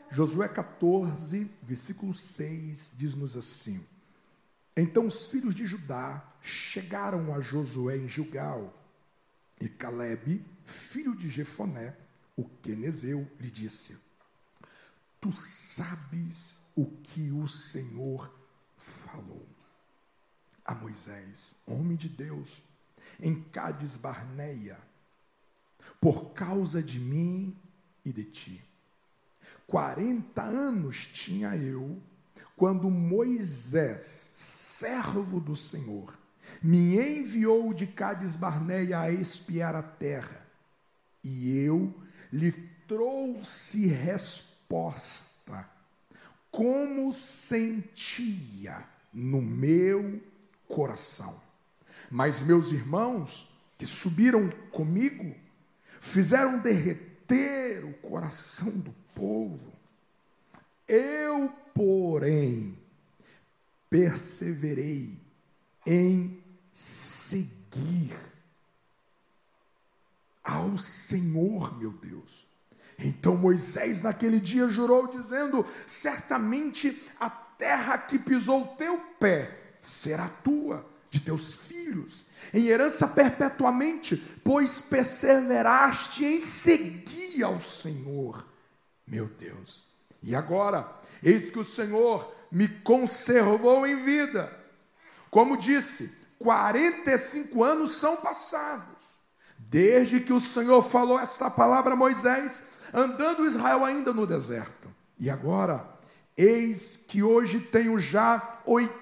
Josué 14, versículo 6, diz-nos assim: Então os filhos de Judá chegaram a Josué em Gilgal, e Calebe, filho de Jefoné, o quenezeu, lhe disse: Tu sabes o que o Senhor falou a Moisés, homem de Deus, em Cádiz Barneia, por causa de mim e de ti. 40 anos tinha eu, quando Moisés, servo do Senhor, me enviou de Cádiz Barneia a espiar a terra, e eu lhe trouxe resposta, como sentia no meu coração. Mas meus irmãos, que subiram comigo, fizeram derreter o coração do povo. Eu, porém, perseverei em seguir ao Senhor, meu Deus. Então Moisés naquele dia jurou, dizendo: certamente a terra que pisou teu pé será tua, de teus filhos, em herança perpetuamente, pois perseveraste em seguir ao Senhor, meu Deus. E agora, eis que o Senhor me conservou em vida. Como disse, 45 anos são passados, desde que o Senhor falou esta palavra a Moisés, andando Israel ainda no deserto. E agora, eis que hoje tenho já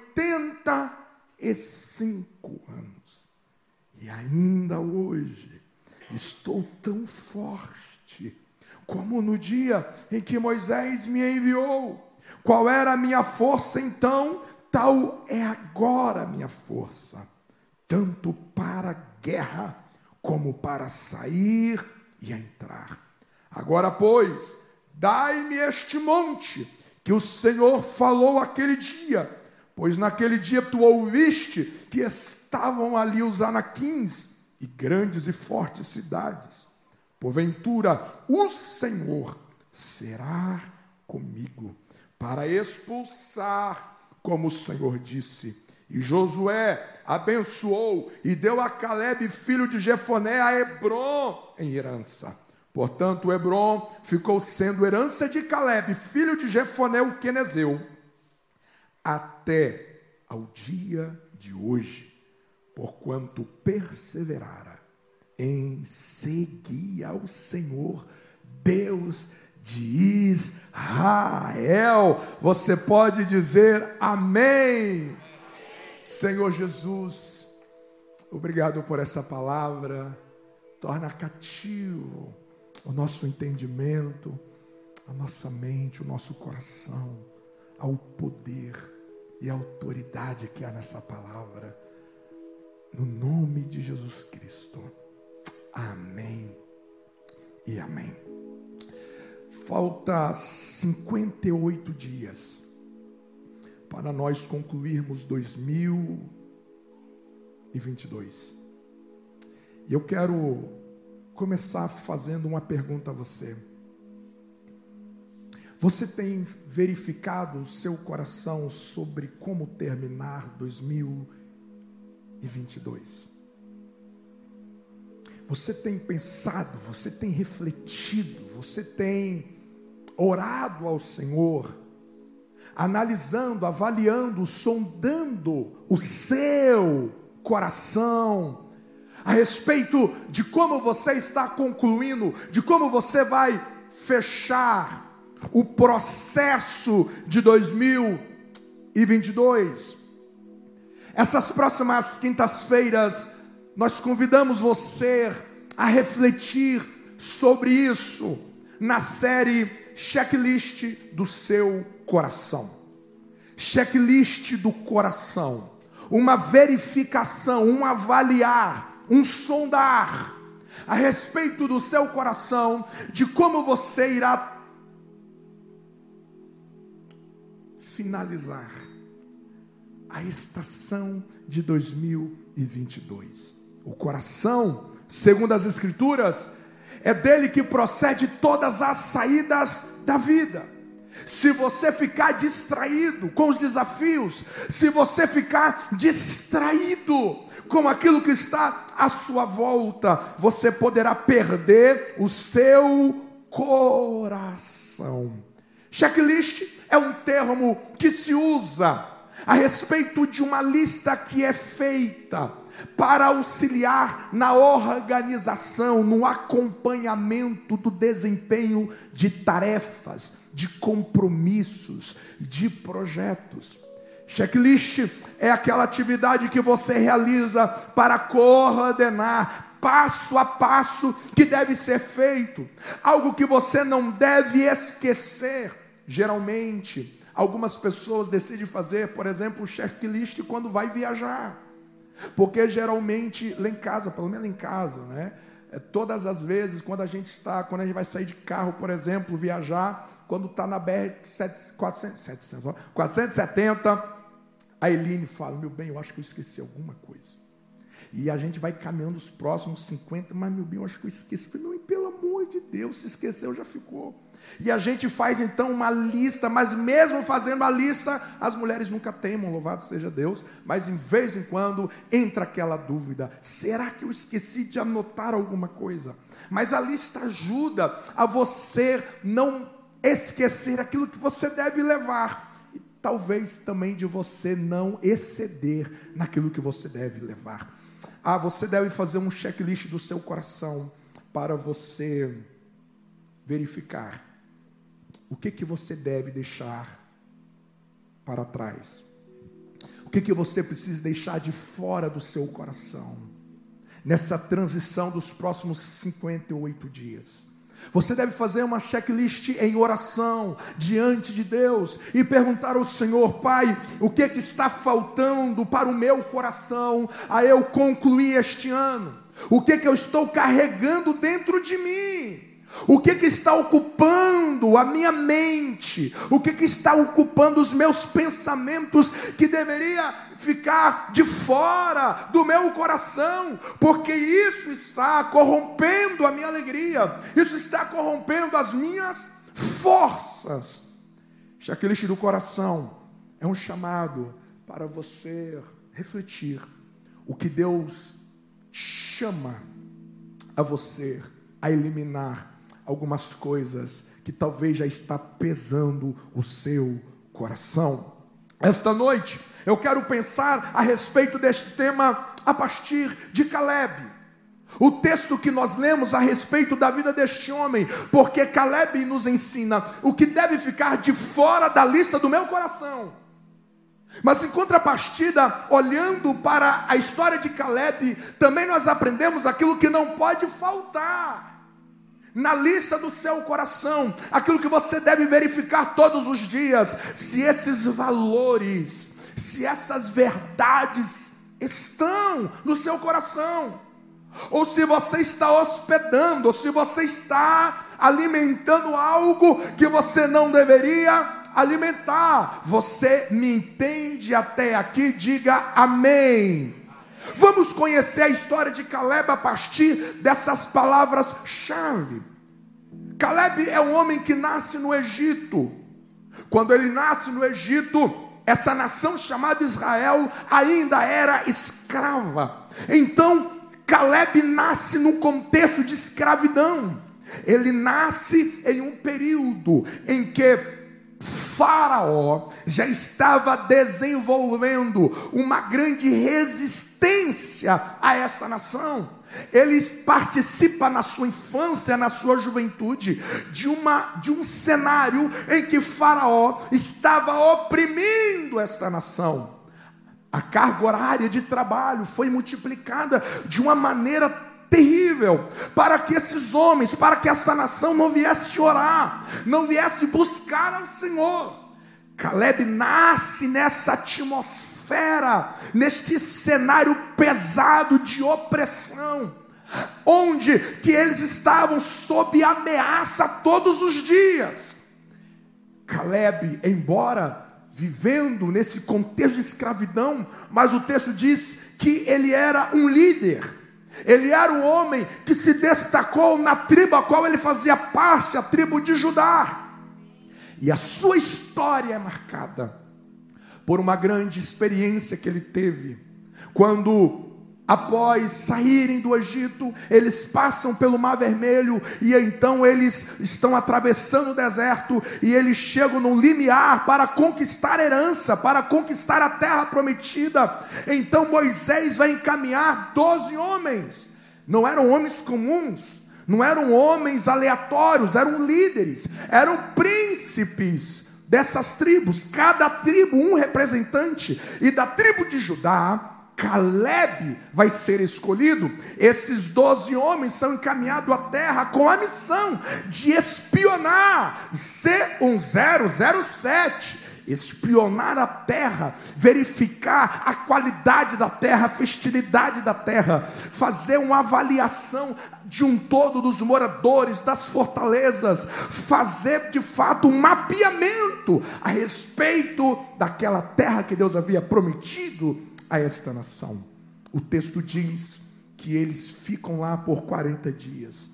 85 anos. E ainda hoje estou tão forte como no dia em que Moisés me enviou. Qual era a minha força então? Tal é agora a minha força, tanto para a guerra como para sair e entrar. Agora, pois, dai-me este monte que o Senhor falou aquele dia, pois naquele dia tu ouviste que estavam ali os anaquins e grandes e fortes cidades. Porventura, o Senhor será comigo para expulsar, como o Senhor disse. E Josué abençoou e deu a Calebe, filho de Jefoné, a Hebrom em herança. Portanto, Hebrom ficou sendo herança de Calebe, filho de Jefoné, o quenezeu, até ao dia de hoje, porquanto perseverara em seguir ao Senhor, Deus de Israel. Você pode dizer amém. Senhor Jesus, obrigado por essa palavra. Torna cativo o nosso entendimento, a nossa mente, o nosso coração, ao poder e autoridade que há nessa palavra. No nome de Jesus Cristo. Amém e amém. Falta 58 dias para nós concluirmos 2022. E eu quero começar fazendo uma pergunta a você. Você tem verificado o seu coração sobre como terminar 2022? Você tem pensado, você tem refletido, você tem orado ao Senhor, analisando, avaliando, sondando o seu coração, a respeito de como você está concluindo, de como você vai fechar o processo de 2022. Essas próximas quintas-feiras, nós convidamos você a refletir sobre isso na série Checklist do seu coração. Checklist do coração. Uma verificação, um avaliar, um sondar a respeito do seu coração, de como você irá finalizar a estação de 2022. O coração, segundo as Escrituras, é dele que procede todas as saídas da vida. se você ficar distraído com os desafios, se você ficar distraído com aquilo que está à sua volta, você poderá perder o seu coração. Checklist é um termo que se usa a respeito de uma lista que é feita para auxiliar na organização, no acompanhamento do desempenho de tarefas, de compromissos, de projetos. Checklist é aquela atividade que você realiza para coordenar passo a passo que deve ser feito, algo que você não deve esquecer. Geralmente, algumas pessoas decidem fazer, por exemplo, o checklist quando vai viajar. Porque geralmente, lá em casa, pelo menos em casa, né? Todas as vezes, quando a gente vai sair de carro, por exemplo, viajar, quando está na BR 470, a Eline fala, meu bem, eu acho que eu esqueci alguma coisa. E a gente vai caminhando os próximos 50, mas meu bem, eu acho que eu esqueci. Eu falei, não, pelo amor de Deus, se esqueceu, já ficou. E a gente faz então uma lista, mas mesmo fazendo a lista, as mulheres nunca temam, louvado seja Deus, mas em vez em quando entra aquela dúvida, será que eu esqueci de anotar alguma coisa? Mas a lista ajuda a você não esquecer aquilo que você deve levar, e talvez também de você não exceder naquilo que você deve levar. Você deve fazer um checklist do seu coração para você verificar o que você deve deixar para trás. O que você precisa deixar de fora do seu coração. Nessa transição dos próximos 58 dias. Você deve fazer uma checklist em oração diante de Deus e perguntar ao Senhor, Pai, o que está faltando para o meu coração a eu concluir este ano? O que eu estou carregando dentro de mim? O que está ocupando a minha mente? O que está ocupando os meus pensamentos que deveria ficar de fora do meu coração? Porque isso está corrompendo a minha alegria. Isso está corrompendo as minhas forças. Checklist do coração é um chamado para você refletir o que Deus chama a você a eliminar algumas coisas que talvez já está pesando o seu coração. Esta noite eu quero pensar a respeito deste tema a partir de Caleb. O texto que nós lemos a respeito da vida deste homem, porque Caleb nos ensina o que deve ficar de fora da lista do meu coração. Mas em contrapartida, olhando para a história de Caleb, também nós aprendemos aquilo que não pode faltar na lista do seu coração, aquilo que você deve verificar todos os dias, se esses valores, se essas verdades estão no seu coração, ou se você está hospedando, ou se você está alimentando algo que você não deveria alimentar. Você me entende até aqui? Diga amém. Vamos conhecer a história de Caleb a partir dessas palavras-chave. Caleb é um homem que nasce no Egito. Quando ele nasce no Egito, essa nação chamada Israel ainda era escrava. Então, Caleb nasce num contexto de escravidão. Ele nasce em um período em que Faraó já estava desenvolvendo uma grande resistência a essa nação. Ele participa na sua infância, na sua juventude, de um cenário em que Faraó estava oprimindo esta nação. A carga horária de trabalho foi multiplicada de uma maneira terrível, para que esses homens, para que essa nação não viesse orar, não viesse buscar ao Senhor. Caleb nasce nessa atmosfera, neste cenário pesado de opressão, onde que eles estavam sob ameaça todos os dias. Caleb, embora vivendo nesse contexto de escravidão, mas o texto diz que ele era um líder. Ele era um homem que se destacou na tribo a qual ele fazia parte, a tribo de Judá. E a sua história é marcada por uma grande experiência que ele teve. Quando, após saírem do Egito, eles passam pelo Mar Vermelho, e então eles estão atravessando o deserto, e eles chegam no limiar para conquistar a herança, para conquistar a terra prometida. Então Moisés vai encaminhar 12 homens. Não eram homens comuns, não eram homens aleatórios, eram líderes, eram príncipes dessas tribos, cada tribo um representante. E da tribo de Judá, Calebe vai ser escolhido. Esses 12 homens são encaminhados à terra com a missão de espionar C1007, espionar a terra, verificar a qualidade da terra, a fertilidade da terra, fazer uma avaliação de um todo dos moradores, das fortalezas, fazer de fato um mapeamento a respeito daquela terra que Deus havia prometido a esta nação. O texto diz que eles ficam lá por 40 dias.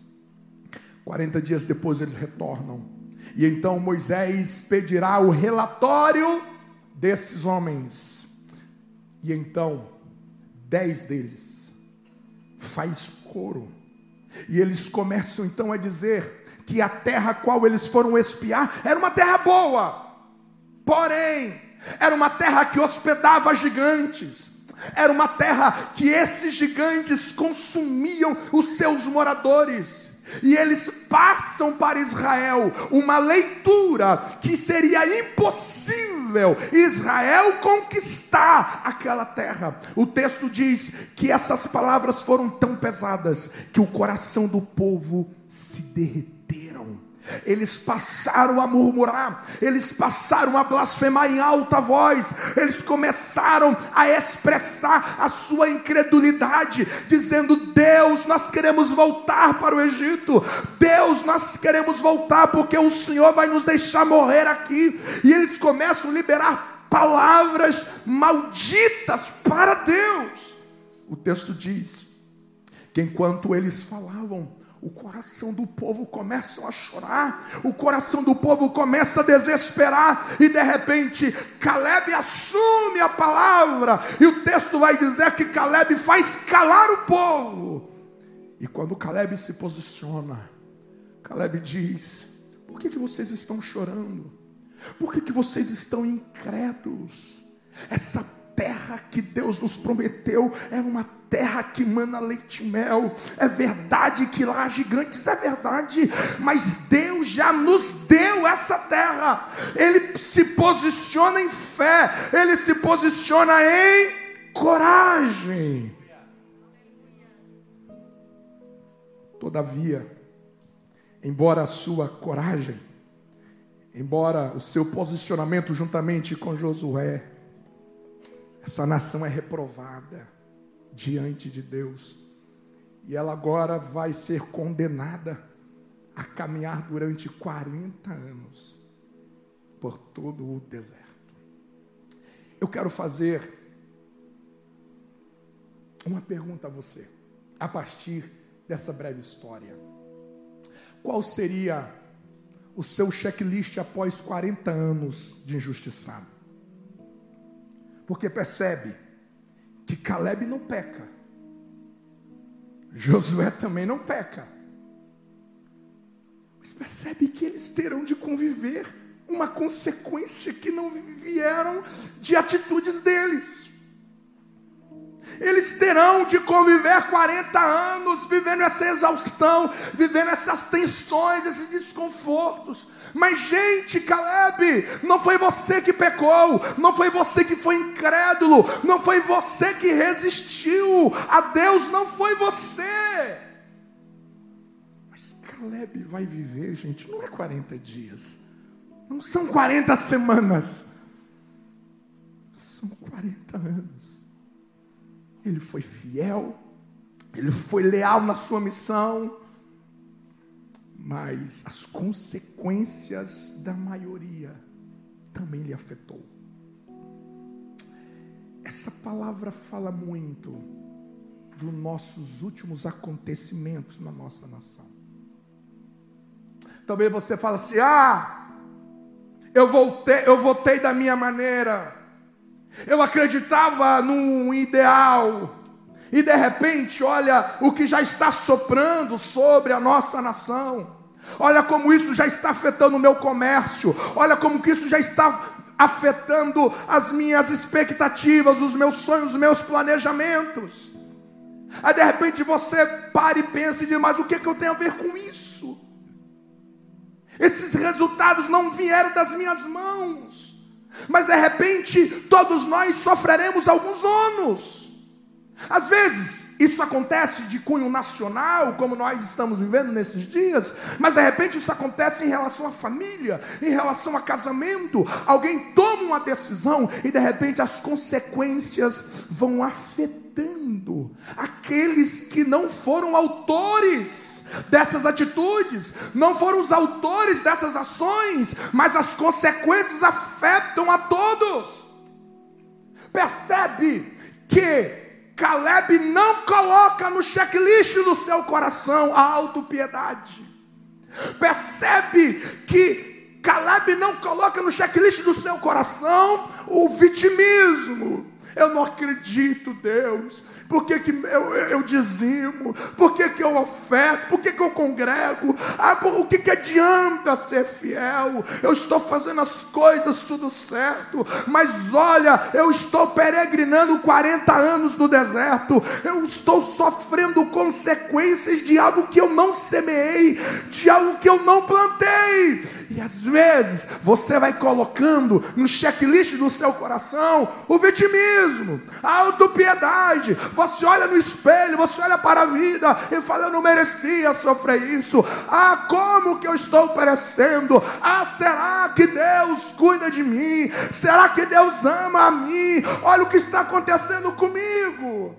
40 dias depois eles retornam. E então Moisés pedirá o relatório desses homens. E então 10 deles faz coro. E eles começam então a dizer que a terra a qual eles foram espiar era uma terra boa. Porém, era uma terra que hospedava gigantes. Era uma terra que esses gigantes consumiam os seus moradores. E eles passam para Israel uma leitura que seria impossível Israel conquistar aquela terra. O texto diz que essas palavras foram tão pesadas que o coração do povo se derreteu. Eles passaram a murmurar, eles passaram a blasfemar em alta voz, eles começaram a expressar a sua incredulidade, dizendo: Deus, nós queremos voltar para o Egito, Deus, nós queremos voltar porque o Senhor vai nos deixar morrer aqui. E eles começam a liberar palavras malditas para Deus. O texto diz que enquanto eles falavam, o coração do povo começa a chorar, o coração do povo começa a desesperar, e de repente Calebe assume a palavra, e o texto vai dizer que Calebe faz calar o povo. E quando Calebe se posiciona, Calebe diz: por que vocês estão chorando? Por que vocês estão incrédulos? Essa terra que Deus nos prometeu é uma terra que mana leite e mel. É verdade que lá há gigantes, é verdade, mas Deus já nos deu essa terra. Ele se posiciona em fé, ele se posiciona em coragem. Todavia, embora a sua coragem, embora o seu posicionamento juntamente com Josué, essa nação é reprovada diante de Deus, e ela agora vai ser condenada a caminhar durante 40 anos por todo o deserto. Eu quero fazer uma pergunta a você, a partir dessa breve história. Qual seria o seu checklist após 40 anos de injustiçado? Porque percebe que Calebe não peca, Josué também não peca, mas percebe que eles terão de conviver uma consequência que não vieram de atitudes deles. Eles terão de conviver 40 anos vivendo essa exaustão, vivendo essas tensões, esses desconfortos. Mas gente, Calebe, não foi você que pecou, não foi você que foi incrédulo, não foi você que resistiu a Deus, não foi você. Mas Calebe vai viver, gente, não é 40 dias, não são 40 semanas, são 40 anos. Ele foi fiel, ele foi leal na sua missão, mas as consequências da maioria também lhe afetou. Essa palavra fala muito dos nossos últimos acontecimentos na nossa nação. Talvez você fale assim: Eu votei da minha maneira. Eu acreditava num ideal. E de repente, olha o que já está soprando sobre a nossa nação. Olha como isso já está afetando o meu comércio. Olha como que isso já está afetando as minhas expectativas, os meus sonhos, os meus planejamentos. Aí de repente você para e pensa e diz: mas o que eu tenho a ver com isso? Esses resultados não vieram das minhas mãos. Mas de repente todos nós sofreremos alguns ônus. Às vezes isso acontece de cunho nacional, como nós estamos vivendo nesses dias, mas de repente isso acontece em relação à família, em relação a casamento. Alguém toma uma decisão e de repente as consequências vão afetando aqueles que não foram autores dessas atitudes, não foram os autores dessas ações, mas as consequências afetam a todos. Percebe que Caleb não coloca no checklist do seu coração a autopiedade. Percebe que Caleb não coloca no checklist do seu coração o vitimismo. Eu não acredito, Deus. Por que eu dizimo? Por que eu oferto? Por que eu congrego? O que adianta ser fiel? Eu estou fazendo as coisas tudo certo, mas olha, eu estou peregrinando 40 anos no deserto. Eu estou sofrendo consequências de algo que eu não semeei, de algo que eu não plantei. E às vezes você vai colocando no checklist do seu coração o vitimismo, a autopiedade. Você olha no espelho, você olha para a vida e fala: eu não merecia sofrer isso. Como que eu estou perecendo? Será que Deus cuida de mim? Será que Deus ama a mim? Olha o que está acontecendo comigo.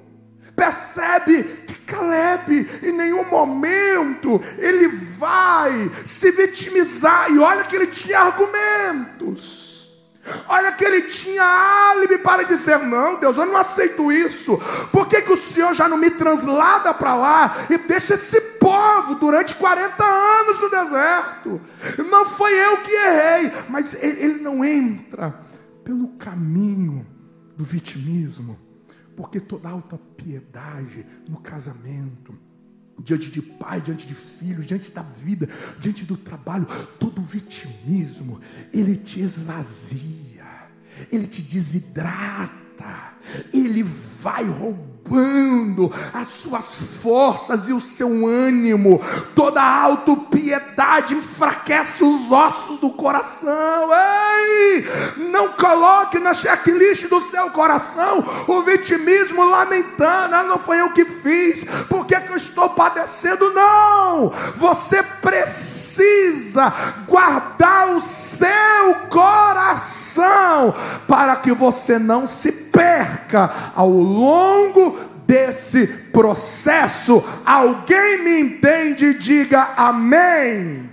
Percebe que Caleb em nenhum momento ele vai se vitimizar. E olha que ele tinha argumentos. Olha que ele tinha álibi para dizer: não, Deus, eu não aceito isso. Por que o Senhor já não me translada para lá e deixa esse povo durante 40 anos no deserto? Não foi eu que errei. Mas ele não entra pelo caminho do vitimismo. Porque toda alta piedade no casamento, diante de pai, diante de filho, diante da vida, diante do trabalho, todo vitimismo, ele te esvazia, ele te desidrata, ele vai roubando as suas forças e o seu ânimo. Toda autopiedade enfraquece os ossos do coração. Ei, não coloque na checklist do seu coração o vitimismo lamentando: não foi eu que fiz, por que eu estou padecendo? Não, você precisa guardar o seu coração para que você não se perca ao longo desse processo. Alguém me entende? Diga amém.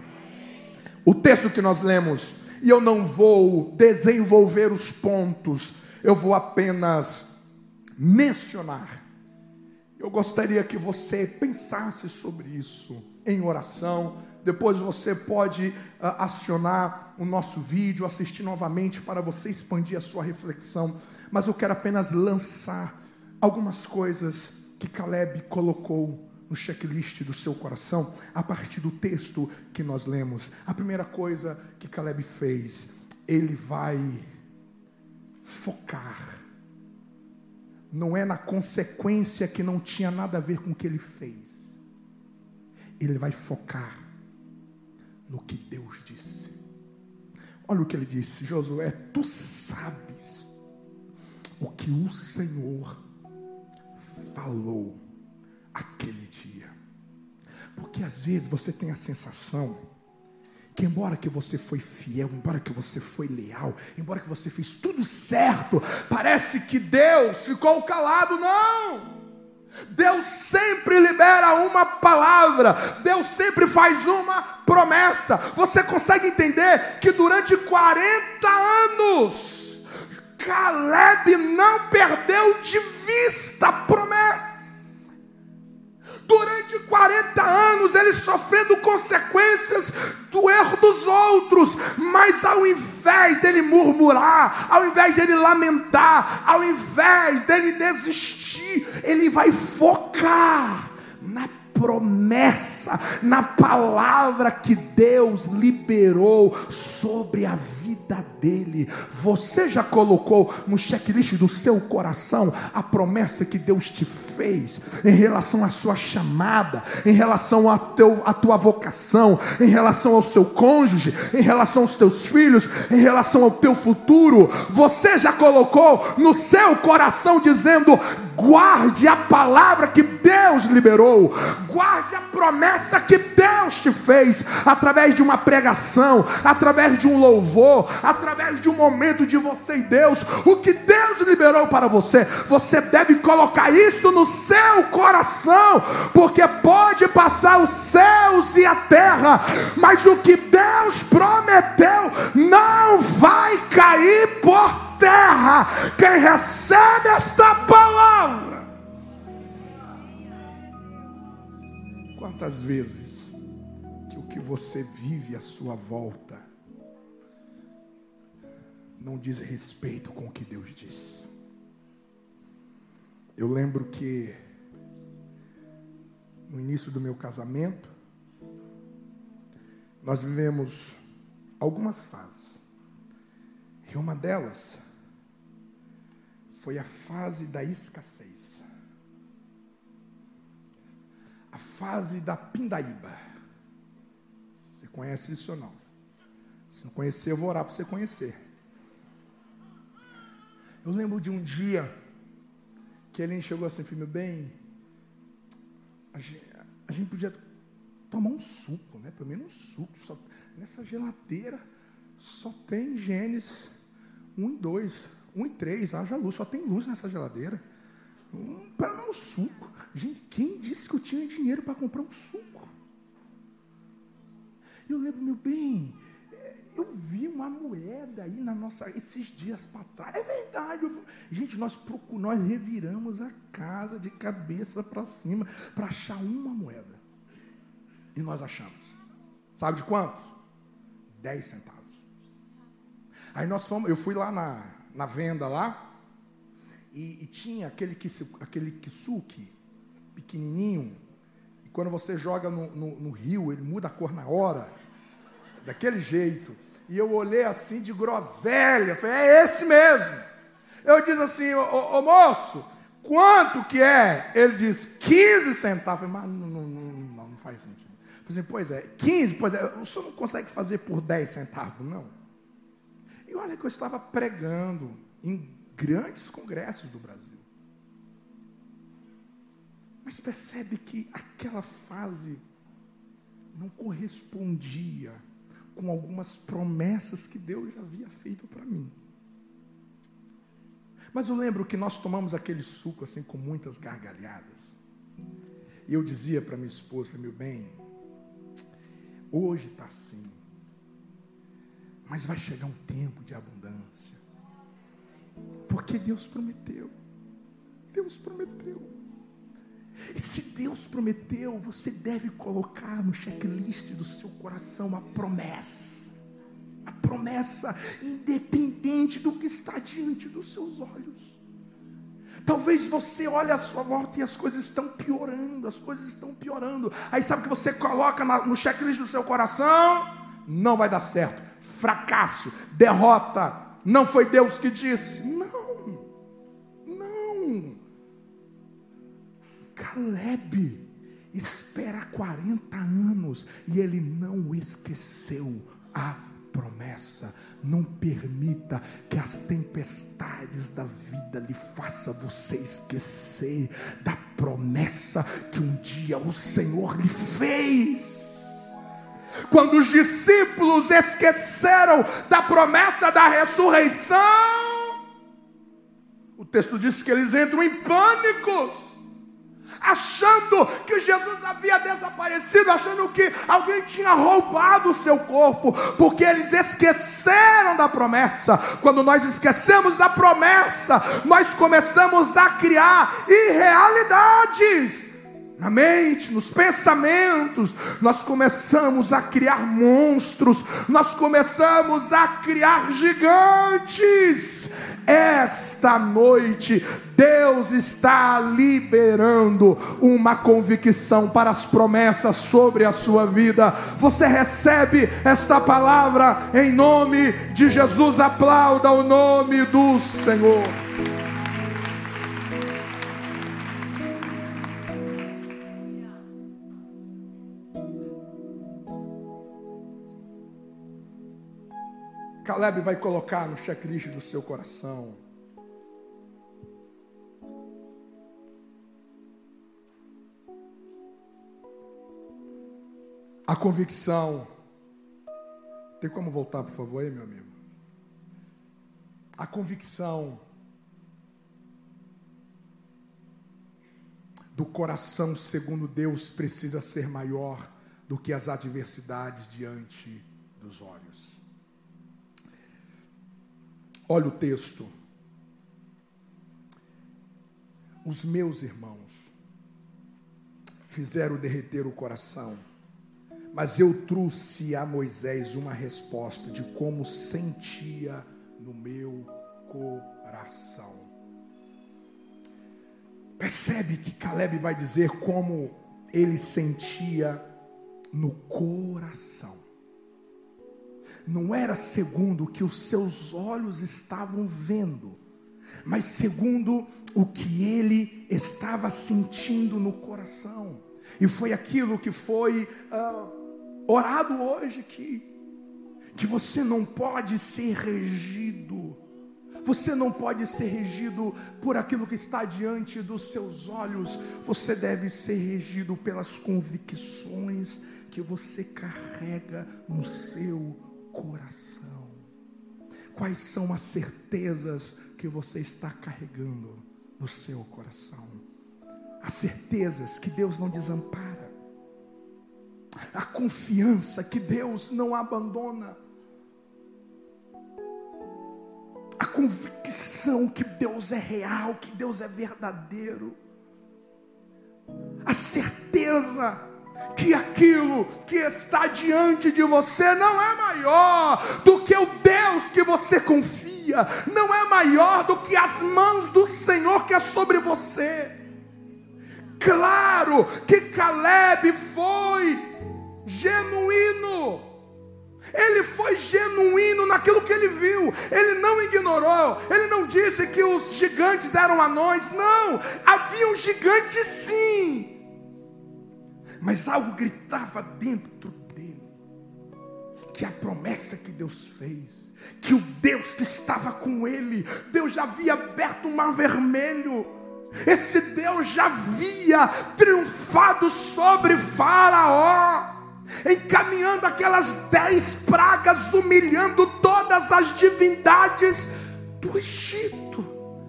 O texto que nós lemos, e eu não vou desenvolver os pontos, eu vou apenas mencionar. Eu gostaria que você pensasse sobre isso em oração. Depois você pode acionar o nosso vídeo, assistir novamente para você expandir a sua reflexão. Mas eu quero apenas lançar algumas coisas que Caleb colocou no checklist do seu coração a partir do texto que nós lemos. A primeira coisa que Caleb fez, ele vai focar. Não é na consequência que não tinha nada a ver com o que ele fez. Ele vai focar no que Deus disse. Olha o que ele disse: Josué, tu sabes o que o Senhor falou aquele dia. Porque às vezes você tem a sensação que embora que você foi fiel, embora que você foi leal, embora que você fez tudo certo, parece que Deus ficou calado. Não! Deus sempre libera uma palavra, Deus sempre faz uma promessa. Você consegue entender que durante 40 anos Caleb não perdeu de vista a promessa. Durante 40 anos ele sofrendo consequências do erro dos outros, mas ao invés dele murmurar, ao invés dele lamentar, ao invés dele desistir, ele vai focar na promessa, na palavra que Deus liberou sobre a vida dele. Você já colocou no checklist do seu coração a promessa que Deus te fez em relação à sua chamada, em relação à tua vocação, em relação ao seu cônjuge, em relação aos teus filhos, em relação ao teu futuro? Você já colocou no seu coração dizendo: guarde a palavra que Deus liberou, guarde a promessa que Deus te fez, através de uma pregação, através de um louvor, através de um momento de você e Deus, o que Deus liberou para você. Você deve colocar isto no seu coração, porque pode passar os céus e a terra, mas o que Deus prometeu não vai cair por terra. Quem recebe esta palavra. Quantas vezes que o que você vive à sua volta não diz respeito com o que Deus diz? Eu lembro que no início do meu casamento nós vivemos algumas fases, e uma delas foi a fase da escassez, a fase da pindaíba. Você conhece isso ou não? Se não conhecer, eu vou orar para você conhecer. Eu lembro de um dia que ele chegou assim: filho, meu bem, a gente podia tomar um suco, né? Pelo menos um suco. Só, nessa geladeira só tem Gênesis 1 e 2, 1 e 3, haja luz, só tem luz nessa geladeira. Pelo menos um suco. Gente, quem disse que eu tinha dinheiro para comprar um suco? Eu lembro, meu bem, eu vi uma moeda aí esses dias para trás. É verdade. Gente, nós reviramos a casa de cabeça para cima para achar uma moeda. E nós achamos. Sabe de quantos? 10 centavos. Aí eu fui lá na venda lá, e tinha aquele kisuke pequenininho, e quando você joga no rio, ele muda a cor na hora, daquele jeito. E eu olhei assim de groselha, falei: é esse mesmo. Eu disse assim: ô moço, quanto que é? Ele disse: 15 centavos. Eu falei: mas não faz sentido. Eu falei assim: pois é, 15, pois é, o senhor não consegue fazer por 10 centavos, não? E olha que eu estava pregando em grandes congressos do Brasil. Mas percebe que aquela fase não correspondia com algumas promessas que Deus já havia feito para mim. Mas eu lembro que nós tomamos aquele suco assim com muitas gargalhadas. E eu dizia para minha esposa: meu bem, hoje está assim, mas vai chegar um tempo de abundância. Porque Deus prometeu. Deus prometeu. E se Deus prometeu, você deve colocar no checklist do seu coração a promessa. A promessa, independente do que está diante dos seus olhos. Talvez você olhe à sua volta e as coisas estão piorando. Aí sabe o que você coloca no checklist do seu coração? Não vai dar certo. Fracasso, derrota. Não foi Deus que disse. Não. Caleb espera 40 anos e ele não esqueceu a promessa. Não permita que as tempestades da vida lhe façam você esquecer da promessa que um dia o Senhor lhe fez. Quando os discípulos esqueceram da promessa da ressurreição, o texto diz que eles entram em pânicos, achando que Jesus havia desaparecido, achando que alguém tinha roubado o seu corpo, porque eles esqueceram da promessa. Quando nós esquecemos da promessa, nós começamos a criar irrealidades na mente, nos pensamentos, nós começamos a criar monstros, nós começamos a criar gigantes. Esta noite, Deus está liberando uma convicção para as promessas sobre a sua vida. Você recebe esta palavra em nome de Jesus. Aplauda o nome do Senhor. Caleb vai colocar no checklist do seu coração a convicção. Tem como voltar, por favor, aí, meu amigo? A convicção do coração segundo Deus precisa ser maior do que as adversidades diante dos olhos. Olha o texto. Os meus irmãos fizeram derreter o coração, mas eu trouxe a Moisés uma resposta de como sentia no meu coração. Percebe que Caleb vai dizer como ele sentia no coração. Não era segundo o que os seus olhos estavam vendo, mas segundo o que ele estava sentindo no coração. E foi aquilo que foi orado hoje, que você não pode ser regido. Você não pode ser regido por aquilo que está diante dos seus olhos. Você deve ser regido pelas convicções que você carrega no seu coração. Quais são as certezas que você está carregando no seu coração? As certezas que Deus não desampara, a confiança que Deus não abandona, a convicção que Deus é real, que Deus é verdadeiro, a certeza que aquilo que está diante de você não é maior do que o Deus que você confia, não é maior do que as mãos do Senhor que é sobre você. Claro que Caleb foi genuíno. Ele foi genuíno naquilo que ele viu. Ele não ignorou. Ele não disse que os gigantes eram anões. Não, havia um gigante sim. Mas algo gritava dentro dele, que a promessa que Deus fez, que o Deus que estava com ele, Deus já havia aberto o mar vermelho. Esse Deus já havia triunfado sobre Faraó, encaminhando aquelas 10 pragas, humilhando todas as divindades do Egito.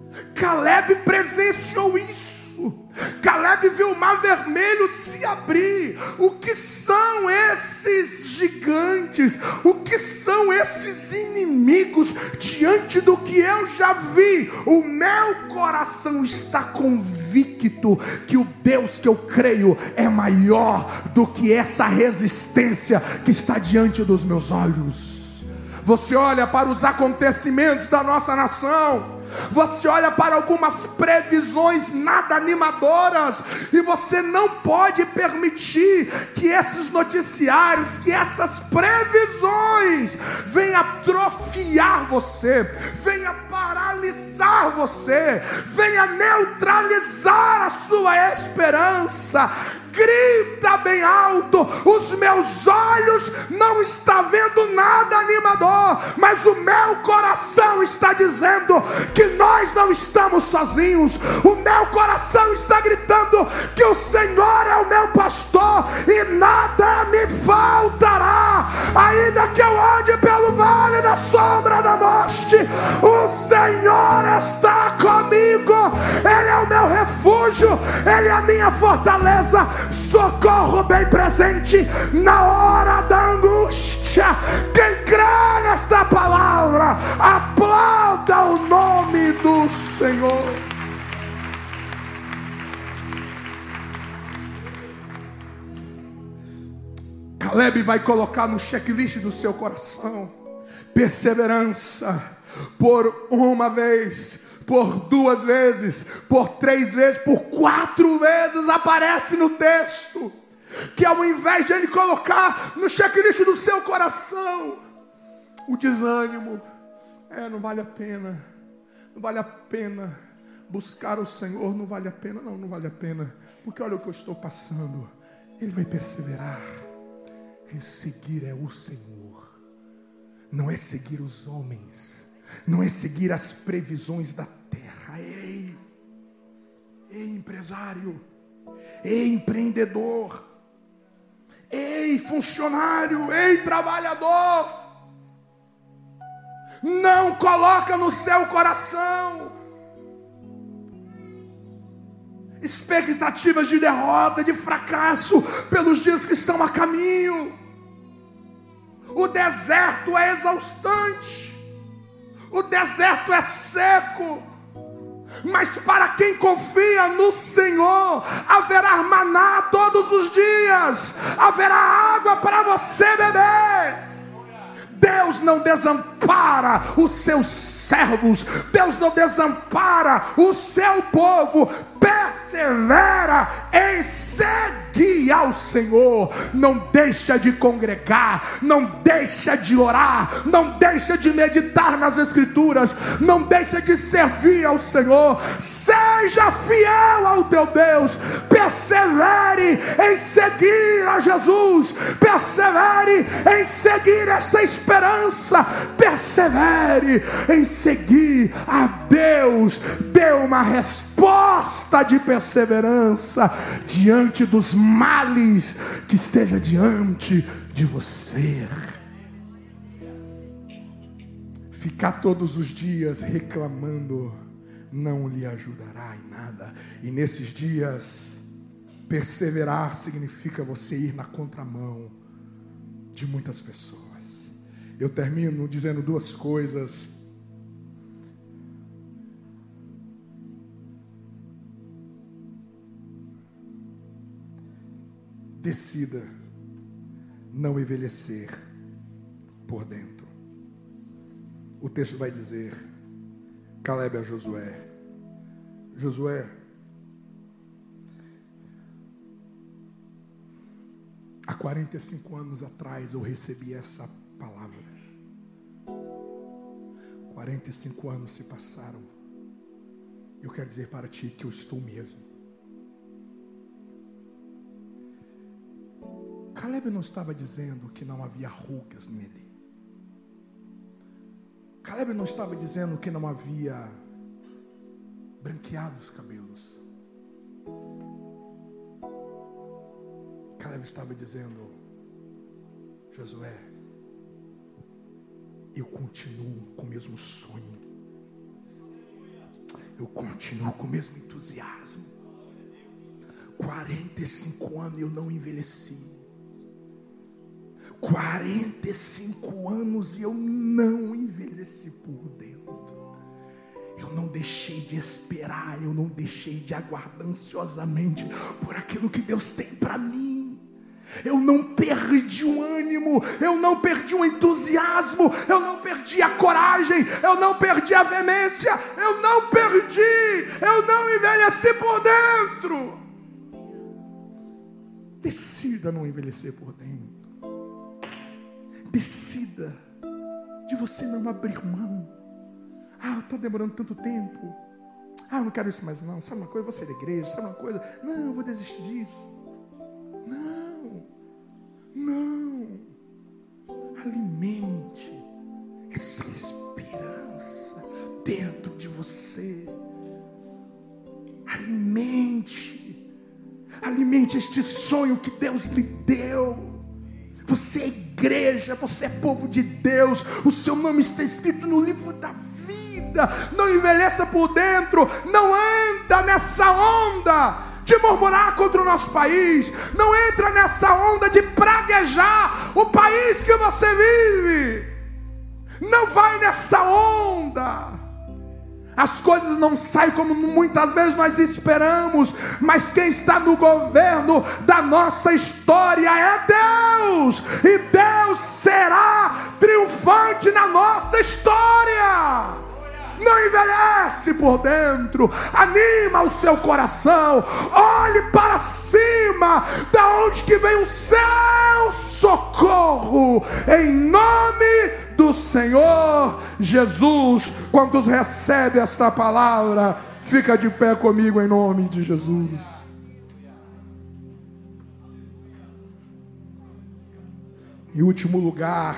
Caleb presenciou isso. Caleb viu o mar vermelho se abrir. O que são esses gigantes? O que são esses inimigos diante do que eu já vi? O meu coração está convicto que o Deus que eu creio é maior do que essa resistência que está diante dos meus olhos. Você olha para os acontecimentos da nossa nação, você olha para algumas previsões nada animadoras, e você não pode permitir que esses noticiários, que essas previsões venham atrofiar você, venham paralisar você, venham neutralizar a sua esperança. Grita bem alto: os meus olhos não estão vendo nada animador, mas o meu coração está dizendo que nós não estamos sozinhos. O meu coração está gritando que o Senhor é o meu pastor e nada me faltará. Ainda que eu ande pelo vale da sombra da morte, o Senhor está comigo. Ele é o meu refúgio, Ele é a minha fortaleza, socorro bem presente na hora da angústia. Quem crê nesta palavra, aplauda o nome do Senhor. Caleb vai colocar no checklist do seu coração: perseverança. Por uma vez, por 2 vezes, por 3 vezes, por 4 vezes aparece no texto que ao invés de ele colocar no checklist do seu coração o desânimo, não vale a pena, não vale a pena buscar o Senhor, não vale a pena, não vale a pena, porque olha o que eu estou passando. Ele vai perseverar em seguir o Senhor, não é seguir os homens, não é seguir as previsões da terra. Ei empresário, ei empreendedor, ei funcionário, ei trabalhador, não coloca no seu coração expectativas de derrota, de fracasso pelos dias que estão a caminho. O deserto é exaustante, o deserto é seco, mas para quem confia no Senhor, haverá maná todos os dias, haverá água para você beber. Deus não desampara os seus servos, Deus não desampara o seu povo. Persevera em seguir ao Senhor, não deixa de congregar, não deixa de orar, não deixa de meditar nas Escrituras, não deixa de servir ao Senhor. Seja fiel ao teu Deus, persevere em seguir a Jesus, persevere em seguir essa esperança, persevere em seguir a Deus. Dê uma resposta de perseverança diante dos males que esteja diante de você. Ficar todos os dias reclamando não lhe ajudará em nada. E nesses dias, perseverar significa você ir na contramão de muitas pessoas. Eu termino dizendo 2 coisas. Decida não envelhecer por dentro. O texto vai dizer, Caleb a Josué: Josué, há 45 anos atrás eu recebi essa palavra. 45 anos se passaram. Eu quero dizer para ti que eu estou mesmo. Caleb não estava dizendo que não havia rugas nele. Caleb não estava dizendo que não havia branqueado os cabelos. Caleb estava dizendo: Josué, eu continuo com o mesmo sonho, eu continuo com o mesmo entusiasmo. 45 anos eu não envelheci. 45 anos e eu não envelheci por dentro. Eu não deixei de esperar, eu não deixei de aguardar ansiosamente por aquilo que Deus tem para mim. Eu não perdi o ânimo, eu não perdi o entusiasmo, eu não perdi a coragem, eu não perdi a veemência, eu não envelheci por dentro. Decida não envelhecer por dentro. Decida de você não abrir mão. Está demorando tanto tempo. Eu não quero isso mais não. Sabe uma coisa? Eu vou sair da igreja. Sabe uma coisa? Não, eu vou desistir disso. Não. Alimente essa esperança dentro de você. Alimente este sonho que Deus lhe deu. Você é igreja, você é povo de Deus, o seu nome está escrito no livro da vida. Não envelheça por dentro, não anda nessa onda de murmurar contra o nosso país, não entra nessa onda de praguejar o país que você vive, não vai nessa onda. As coisas não saem como muitas vezes nós esperamos, mas quem está no governo da nossa história é Deus, e Deus será triunfante na nossa história. Não envelhece por dentro, anima o seu coração, olhe para cima, da onde que vem o seu socorro, em nome do Senhor Jesus. Quantos recebem esta palavra, fica de pé comigo em nome de Jesus. Em último lugar,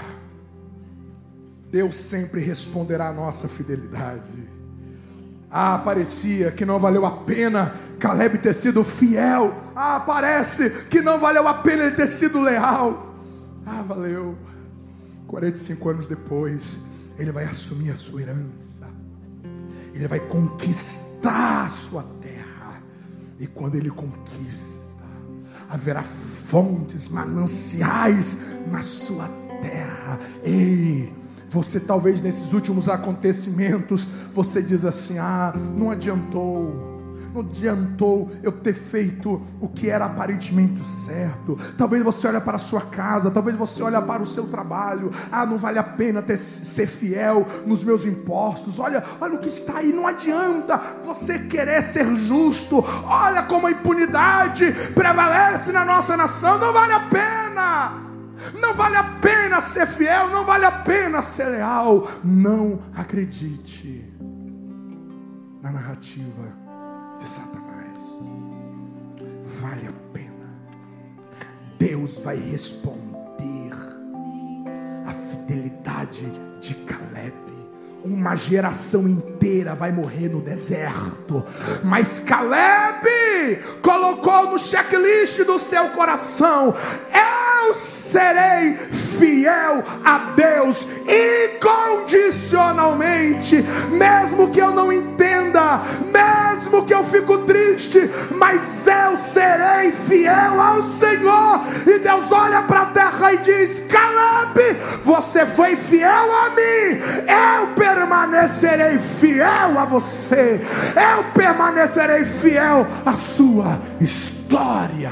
Deus sempre responderá a nossa fidelidade. Parecia que não valeu a pena Caleb ter sido fiel. Parece que não valeu a pena ele ter sido leal. Valeu. 45 anos depois, ele vai assumir a sua herança. Ele vai conquistar a sua terra. E quando ele conquista, haverá fontes, mananciais na sua terra. Você talvez nesses últimos acontecimentos, você diz assim, não adiantou eu ter feito o que era aparentemente certo. Talvez você olhe para a sua casa, talvez você olhe para o seu trabalho, não vale a pena ser fiel nos meus impostos, olha o que está aí, não adianta você querer ser justo, olha como a impunidade prevalece na nossa nação, não vale a pena. Não vale a pena ser fiel, não vale a pena ser leal. Não acredite na narrativa de Satanás. Vale a pena. Deus vai responder a fidelidade de Caleb. Uma geração inteira vai morrer no deserto, mas Caleb colocou no checklist do seu coração: eu serei fiel a Deus incondicionalmente, mesmo que eu não entenda, mesmo que eu fico triste, mas eu serei fiel ao Senhor. E Deus olha para a terra e diz: Caleb, você foi fiel a mim, eu permanecerei fiel a você, eu permanecerei fiel à sua história.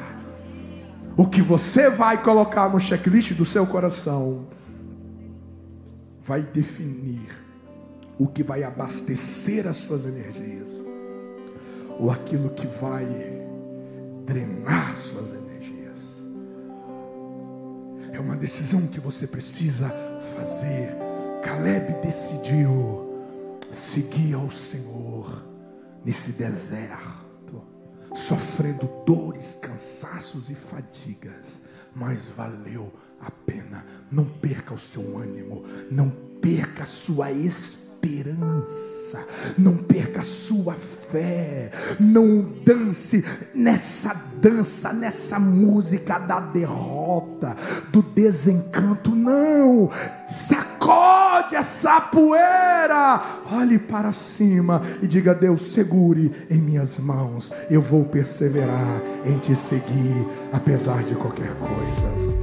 O que você vai colocar no checklist do seu coração vai definir o que vai abastecer as suas energias, ou aquilo que vai drenar as suas energias. É uma decisão que você precisa fazer. Caleb decidiu seguir ao Senhor nesse deserto, sofrendo dores, cansaços e fadigas, mas valeu a pena. Não perca o seu ânimo, não perca a sua esperança, não perca a sua fé, não dance nessa dança, nessa música da derrota, do desencanto, não. Sacode essa poeira, olhe para cima e diga: Deus, segure em minhas mãos, eu vou perseverar em te seguir, apesar de qualquer coisa.